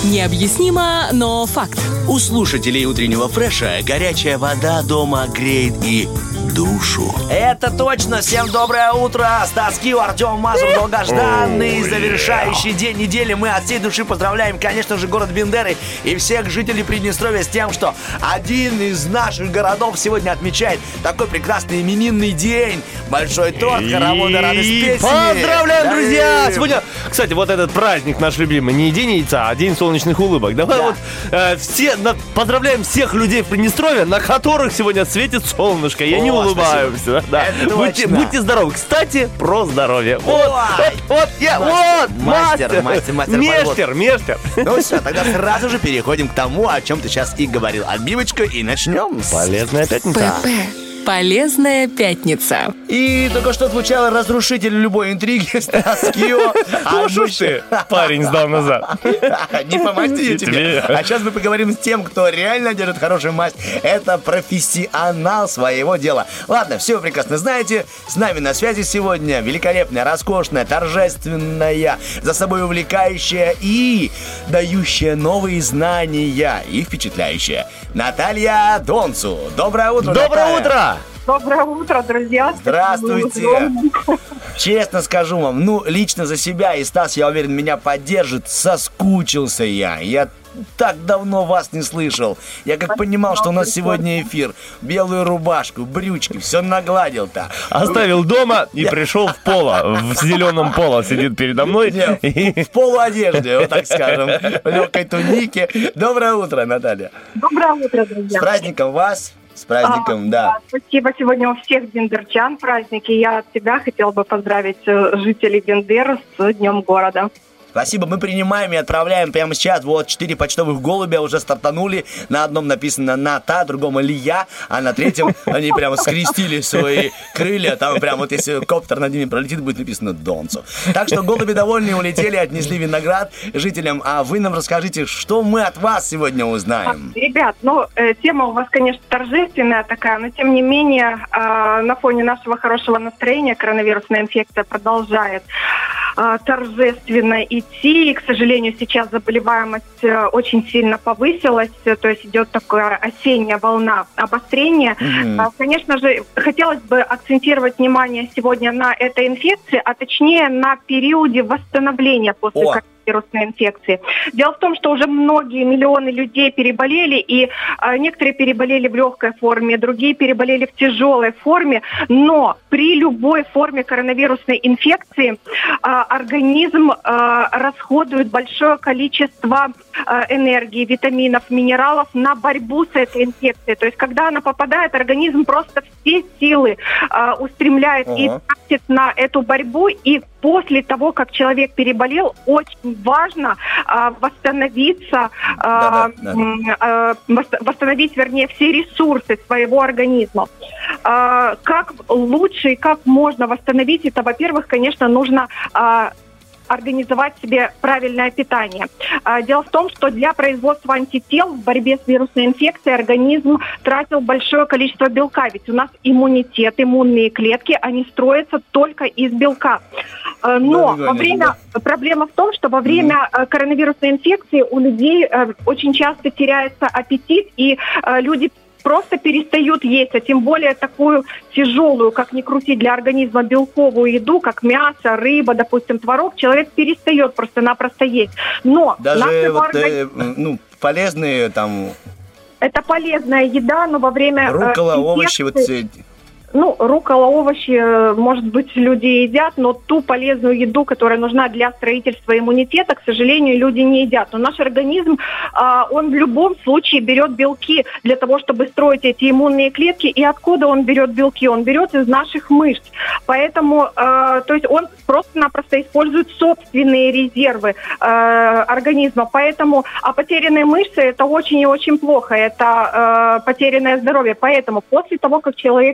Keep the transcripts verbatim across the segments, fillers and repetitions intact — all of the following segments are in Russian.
Необъяснимо, но факт. У слушателей утреннего фреша горячая вода дома греет и душу. Это точно! Всем доброе утро! Стас Кио, Артем Мазур, долгожданный завершающий день недели. Мы от всей души поздравляем, конечно же, город Бендеры и всех жителей Приднестровья с тем, что один из наших городов сегодня отмечает такой прекрасный именинный день. Большой торт, хороводы, радость песни. Поздравляем, Да, друзья! и- Сегодня, кстати, вот этот праздник наш любимый, не день яйца, а день солнечных улыбок. Давай Да. вот э, все на- поздравляем всех людей в Приднестровье, на которых сегодня светит солнышко. И они О, улыбаемся. Да. Это Будьте, точно. будьте здоровы. Кстати, про здоровье. Вот, Ой. вот, вот, я, Мастер, вот, мастер, мастер, мастер, мештер, мештер. Ну все, тогда сразу же переходим к тому, о чем ты сейчас и говорил. Отбивочка, и начнем. Полезная пятница. ПП. Полезная пятница. И только что звучало разрушитель любой интриги Стас Кио. А Что ж ты, парень, сдал назад. Не по масти я тебе. Тебе. А сейчас мы поговорим с тем, кто реально держит хорошую масть. Это профессионал своего дела. Ладно, все вы прекрасно знаете. С нами на связи сегодня великолепная, роскошная, торжественная, за собой увлекающая и дающая новые знания и впечатляющая Наталья Донцу. Доброе утро, Доброе Наталья. утро! Доброе утро, друзья. Здравствуйте. Честно скажу вам, ну, лично за себя, и Стас, я уверен, меня поддержит, соскучился я. Я так давно вас не слышал. Я как понимал, что у нас сегодня эфир. Белую рубашку, брючки, все нагладил-то. Оставил дома и пришел в поло. В зеленом поло сидит передо мной. Не, И- в полуодежде, вот так скажем, в легкой тунике. Доброе утро, Наталья. Доброе утро, С друзья. праздником вас, с праздником, А, да. Спасибо. Сегодня у всех бендерчан праздники. Я от себя хотела бы поздравить э, жителей Бендер с Днем города. Спасибо, мы принимаем и отправляем прямо сейчас. Вот четыре почтовых голубя уже стартанули. На одном написано «Ната», другом «Илья», а на третьем они прямо скрестили свои крылья. Там прямо вот если коптер над ними пролетит, будет написано «Донцу». Так что голуби довольные улетели, отнесли виноград жителям. А вы нам расскажите, что мы от вас сегодня узнаем? Ребят, ну, э, тема у вас, конечно, торжественная такая, но тем не менее, э, на фоне нашего хорошего настроения коронавирусная инфекция продолжает э, торжественно идти. И, к сожалению, сейчас заболеваемость э, очень сильно повысилась, э, то есть идет такая осенняя волна обострения. Мгм. Э, Конечно же, хотелось бы акцентировать внимание сегодня на этой инфекции, а точнее на периоде восстановления после О. коронавирусной инфекции. Дело в том, что уже многие миллионы людей переболели, и э, некоторые переболели в легкой форме, другие переболели в тяжелой форме, но при любой форме коронавирусной инфекции э, организм э, расходует большое количество э, энергии, витаминов, минералов на борьбу с этой инфекцией. То есть, когда она попадает, организм просто все силы э, устремляет и Ага. тратит на эту борьбу, и после того, как человек переболел, очень важно э, восстановиться, э, Да-да, да. м, э, вос- восстановить, вернее, все ресурсы своего организма. Э, как лучше и как можно восстановить это? Во-первых, конечно, нужно э, организовать себе правильное питание. А, Дело в том, что для производства антител в борьбе с вирусной инфекцией организм тратил большое количество белка, ведь у нас иммунитет, иммунные клетки, они строятся только из белка. А, Но Да, во да, время, проблема в том, что во время э, коронавирусной инфекции у людей э, очень часто теряется аппетит, и э, люди просто перестают есть, а тем более такую тяжелую, как ни крути, для организма белковую еду, как мясо, рыба, допустим, творог, человек перестает просто-напросто есть. Но Даже нашему вот, органи- э, ну, полезные там это полезная еда, но во время... э, руккола, овощи, вот инфекции- все. Ну, руккола, овощи, э, может быть, люди едят, но ту полезную еду, которая нужна для строительства иммунитета, к сожалению, люди не едят. Но наш организм, э, он в любом случае берет белки для того, чтобы строить эти иммунные клетки. И откуда он берет белки? Он берет из наших мышц. Поэтому, э, то есть он просто-напросто использует собственные резервы э, организма. Поэтому, а потерянные мышцы – это очень и очень плохо. Это э, потерянное здоровье. Поэтому после того, как человек перенес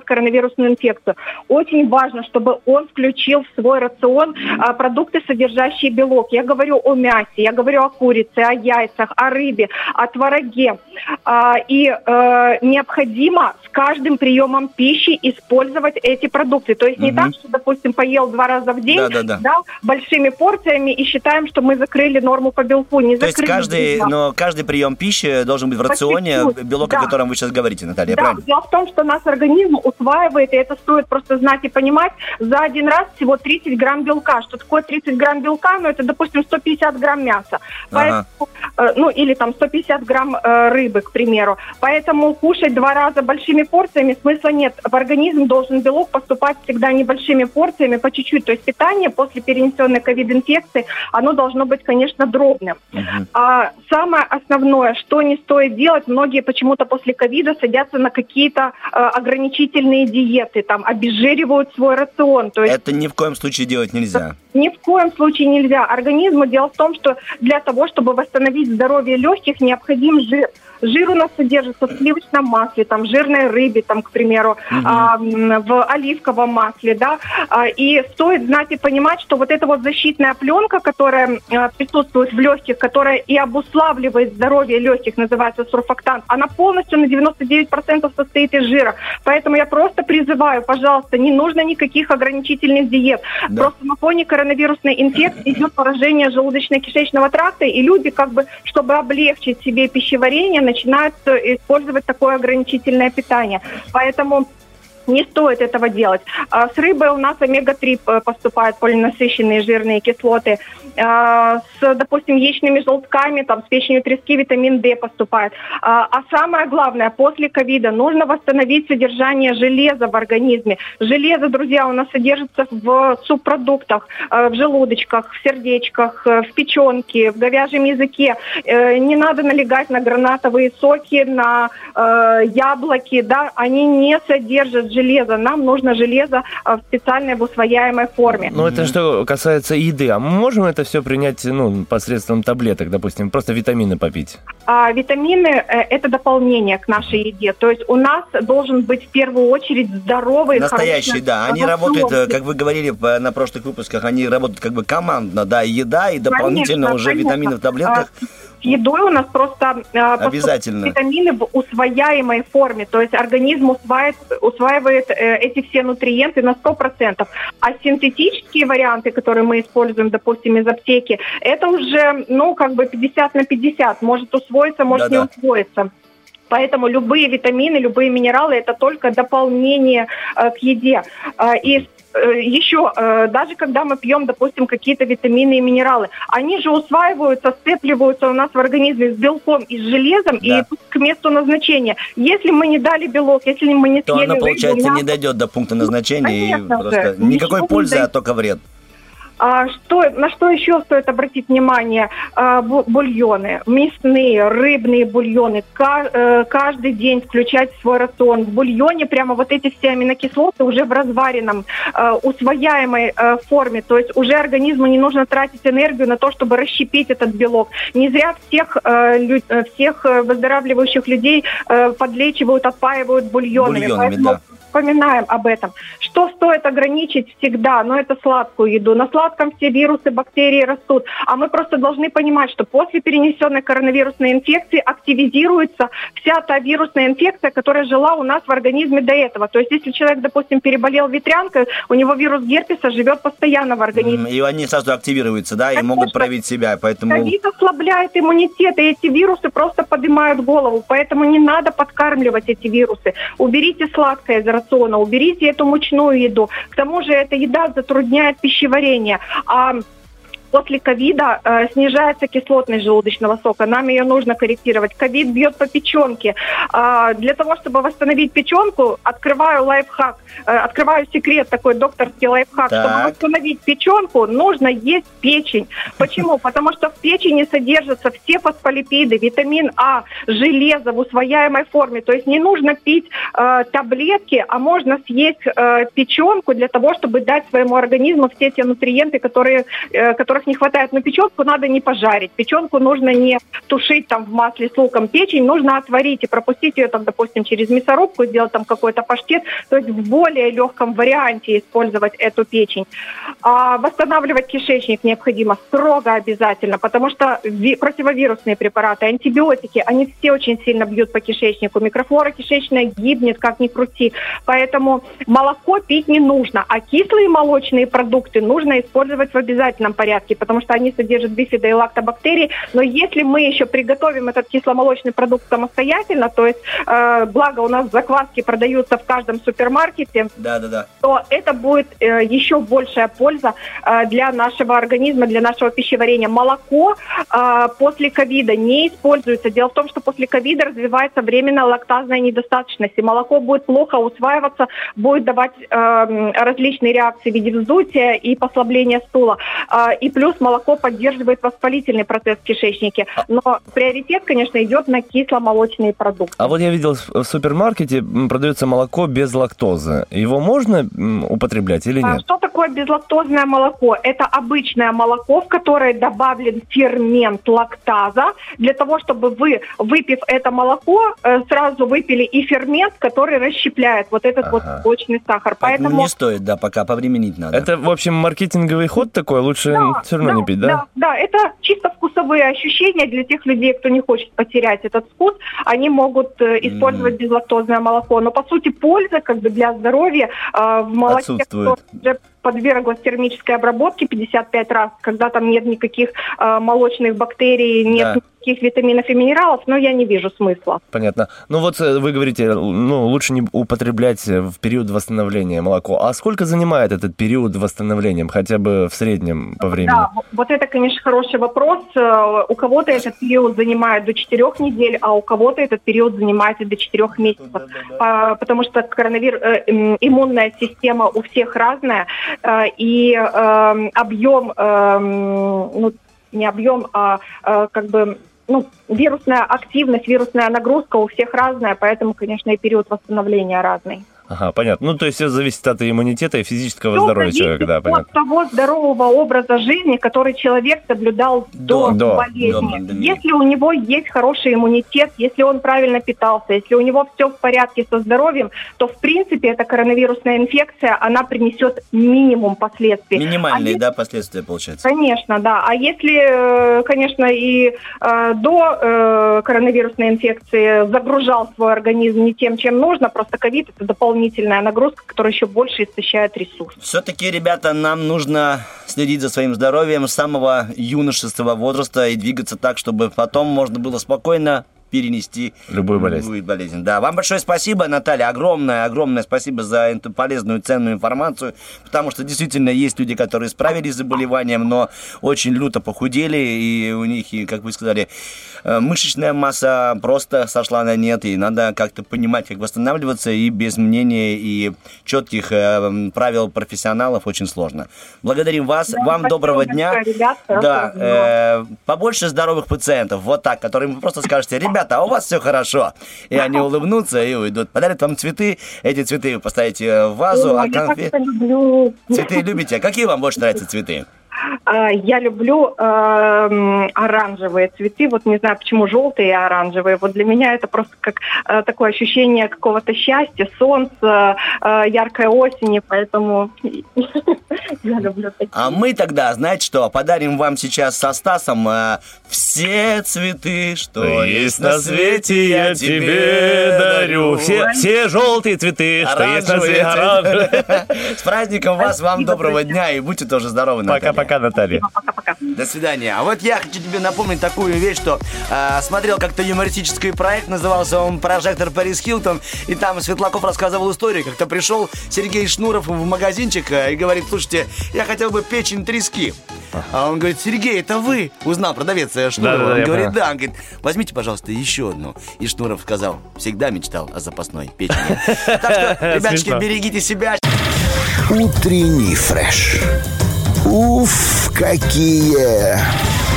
коронавирусную инфекцию. Очень важно, чтобы он включил в свой рацион а, продукты, содержащие белок. Я говорю о мясе, я говорю о курице, о яйцах, о рыбе, о твороге. А, и а, необходимо с каждым приемом пищи использовать эти продукты. То есть не угу. так, что, допустим, поел два раза в день, да, да, да. Да, большими порциями и считаем, что мы закрыли норму по белку. Не То есть каждый, но каждый прием пищи должен быть в рационе, белок, да. о котором вы сейчас говорите, Наталья, да. правильно? Дело в том, что наш организм усваивает, и это стоит просто знать и понимать, за один раз всего тридцать грамм белка. Что такое тридцать грамм белка? Ну, это, допустим, сто пятьдесят грамм мяса. Ага. Поэтому, э, ну, или там сто пятьдесят грамм э, рыбы, к примеру. Поэтому кушать два раза большими порциями смысла нет. В организм должен белок поступать всегда небольшими порциями, по чуть-чуть. То есть питание после перенесенной ковид-инфекции, оно должно быть, конечно, дробным. Uh-huh. А самое основное, что не стоит делать, многие почему-то после ковида садятся на какие-то э, ограничительные диеты, там, обезжиривают свой рацион. То есть, это ни в коем случае делать нельзя. Ни в коем случае нельзя. Организму, дело в том, что для того, чтобы восстановить здоровье легких, необходим жир. Жир у нас содержится в сливочном масле, там, в жирной рыбе, там, к примеру, угу. а, в оливковом масле, да, а, и стоит знать и понимать, что вот эта вот защитная пленка, которая а, присутствует в легких, которая и обуславливает здоровье легких, называется сурфактант, она полностью на девяносто девять процентов состоит из жира, поэтому я просто призываю, пожалуйста, не нужно никаких ограничительных диет, да. Просто на фоне коронавирусной инфекции идет поражение желудочно-кишечного тракта, и люди, как бы, чтобы облегчить себе пищеварение, начинают использовать такое ограничительное питание. Поэтому не стоит этого делать. С рыбой у нас омега три поступают полиненасыщенные жирные кислоты. С, допустим, яичными желтками, там, с печенью трески витамин D поступает. А самое главное, после ковида нужно восстановить содержание железа в организме. Железо, друзья, у нас содержится в субпродуктах, в желудочках, в сердечках, в печенке, в говяжьем языке. Не надо налегать на гранатовые соки, на яблоки, да, они не содержат железо. Железо. Нам нужно железо в специальной, в усвояемой форме. Ну, это что касается еды. А мы можем это все принять, ну, посредством таблеток, допустим, просто витамины попить? А, витамины – это дополнение к нашей еде. То есть у нас должен быть в первую очередь здоровый, настоящий, да. Они работают, как вы говорили на прошлых выпусках, они работают как бы командно, да, еда и дополнительно конечно, уже конечно. Витамины в таблетках. С едой у нас просто обязательно витамины в усвояемой форме, то есть организм усваивает, усваивает э, эти все нутриенты на сто процентов. А синтетические варианты, которые мы используем, допустим, из аптеки, это уже, ну, как бы пятьдесят на пятьдесят, может усвоиться, может Да-да. не усвоиться. Поэтому любые витамины, любые минералы – это только дополнение э, к еде. Э, и еще, даже когда мы пьем, допустим, какие-то витамины и минералы, они же усваиваются, сцепливаются у нас в организме с белком и с железом, да. и к месту назначения. Если мы не дали белок, если мы не то съели... То она, получается, мясо, не дойдет до пункта назначения, ну, и просто же, никакой пользы, а только вред. А что, на что еще стоит обратить внимание? А, бульоны, мясные, рыбные бульоны. Каждый день включать в свой рацион. В бульоне прямо вот эти все аминокислоты уже в разваренном, усвояемой форме. То есть уже организму не нужно тратить энергию на то, чтобы расщепить этот белок. Не зря всех, всех выздоравливающих людей подлечивают, отпаивают бульонами. Бульонами, Поэтому да. Вспоминаем об этом. Что стоит ограничить всегда? Ну, это сладкую еду. На сладком все вирусы, бактерии растут. А мы просто должны понимать, что после перенесенной коронавирусной инфекции активизируется вся та вирусная инфекция, которая жила у нас в организме до этого. То есть, если человек, допустим, переболел ветрянкой, у него вирус герпеса живет постоянно в организме. И они сразу активируются, да, и могут проявить себя, поэтому... Ковид ослабляет иммунитет, и эти вирусы просто поднимают голову. Поэтому не надо подкармливать эти вирусы. Уберите сладкое из рациона, уберите эту мучную еду. К тому же эта еда затрудняет пищеварение. А после ковида э, снижается кислотность желудочного сока. Нам ее нужно корректировать. Ковид бьет по печенке. Э, для того, чтобы восстановить печенку, открываю лайфхак. Э, открываю секрет, такой докторский лайфхак. Так. Чтобы восстановить печенку, нужно есть печень. Почему? Потому что в печени содержатся все фосфолипиды, витамин А, железо в усвояемой форме. То есть не нужно пить э, таблетки, а можно съесть э, печенку для того, чтобы дать своему организму все те нутриенты, которые, э, которые которых не хватает. Но печенку надо не пожарить. Печенку нужно не тушить там в масле с луком. Печень нужно отварить и пропустить ее там, допустим, через мясорубку, сделать там какой-то паштет. То есть в более легком варианте использовать эту печень. А восстанавливать кишечник необходимо строго обязательно, потому что ви- противовирусные препараты, антибиотики, они все очень сильно бьют по кишечнику. Микрофлора кишечная гибнет, как ни крути. Поэтому молоко пить не нужно, а кислые молочные продукты нужно использовать в обязательном порядке, потому что они содержат бифидо- и лактобактерии. Но если мы еще приготовим этот кисломолочный продукт самостоятельно, то есть, э, благо у нас закваски продаются в каждом супермаркете, Да, да, да. то это будет э, еще большая польза э, для нашего организма, для нашего пищеварения. Молоко э, после ковида не используется. Дело в том, что после ковида развивается временная лактазная недостаточность, и молоко будет плохо усваиваться, будет давать э, различные реакции в виде вздутия и послабления стула. Э, и плюс молоко поддерживает воспалительный процесс в кишечнике. Но приоритет, конечно, идет на кисломолочные продукты. А вот я видел в супермаркете м, продается молоко без лактозы. Его можно м, употреблять или А нет? Что такое безлактозное молоко? Это обычное молоко, в которое добавлен фермент лактаза, для того, чтобы вы, выпив это молоко, э, сразу выпили и фермент, который расщепляет вот этот Ага. вот молочный сахар. Поэтому Поэтому не стоит, да, пока повременить надо. Это, в общем, маркетинговый ход такой, лучше все равно да, не пить, да? Да, да, это чисто вкусовые ощущения для тех людей, кто не хочет потерять этот вкус. Они могут э, использовать безлактозное молоко. Но, по сути, польза как бы для здоровья э, в молоке, Отсутствует. которое уже подверглось термической обработке пятьдесят пять раз, когда там нет никаких э, молочных бактерий, нет Да. никаких витаминов и минералов, но я не вижу смысла. Понятно. Ну вот э, вы говорите, ну лучше не употреблять в период восстановления молоко. А сколько занимает этот период восстановления, хотя бы в среднем по времени? Да, вот- вот это, конечно, хороший вопрос. Э, У кого-то этот период занимает до четырех недель, а у кого-то этот период занимает и до четырех месяцев. А, Потому что коронавир... э, м, иммунная система у всех разная, э, и э, объем, э, ну, не объем, а э, как бы... Ну, вирусная активность, вирусная нагрузка у всех разная, поэтому, конечно, и период восстановления разный. Ага, понятно. Ну, то есть все зависит от иммунитета и физического Всё здоровья зависит человека, да, от понятно. того здорового образа жизни, который человек соблюдал до, До, болезни. до пандемии. Если у него есть хороший иммунитет, если он правильно питался, если у него все в порядке со здоровьем, то, в принципе, эта коронавирусная инфекция, она принесет минимум последствий. Минимальные, А да, последствия получается. Конечно, да. А если, э, конечно, и э, до э, коронавирусной инфекции загружал свой организм не тем, чем нужно, просто ковид – это дополнительная нагрузка, которая еще больше истощает ресурс. Все-таки, ребята, нам нужно следить за своим здоровьем с самого юношеского возраста и двигаться так, чтобы потом можно было спокойно перенести Любую болезнь. любую болезнь. Да, вам большое спасибо, Наталья, огромное, огромное спасибо за эту полезную, ценную информацию, потому что действительно есть люди, которые справились с заболеванием, но очень люто похудели, и у них, и, как вы сказали, э, мышечная масса просто сошла на нет, и надо как-то понимать, как восстанавливаться, и без мнения и четких э, правил профессионалов очень сложно. Благодарим вас, Да, вам спасибо доброго большое, дня. ребят, Да, хорошего э, побольше здоровых пациентов, вот так, которым вы просто скажете: ребята, а у вас все хорошо. И они улыбнутся и уйдут. Подарят вам цветы, эти цветы вы поставите в вазу, Ой, а я так конфет... это люблю. Цветы любите? А какие вам больше нравятся цветы? А, Я люблю эм, оранжевые цветы. Вот не знаю, почему желтые и оранжевые. Вот для меня это просто как э, такое ощущение какого-то счастья, солнца, э, яркой осени. Поэтому я люблю такие. А мы тогда, знаете что, подарим вам сейчас со Стасом э, все цветы, что есть на свете, я тебе дарю. Все, все желтые цветы, что есть на свете. Оранжевые оранжевые. цветы. С праздником вас, вам Спасибо, доброго друзья. дня и будьте тоже здоровы, Наталья. Пока-пока, Наталья. Пока-пока. До свидания. А вот я хочу тебе напомнить такую вещь, что э, смотрел как-то юмористический проект, назывался он «Прожектор Пэрис Хилтон», и там Светлаков рассказывал историю, как-то пришел Сергей Шнуров в магазинчик э, и говорит: слушайте, я хотел бы печень трески. А он говорит: Сергей, это вы? Узнал продавец э, Шнурова. Да-да-да, Он я говорит: понял. да. Он говорит: возьмите, пожалуйста, еще одну. И Шнуров сказал: всегда мечтал о запасной печени. Так что, ребятушки, Смешно. берегите себя. Утренний фреш. Уф, какие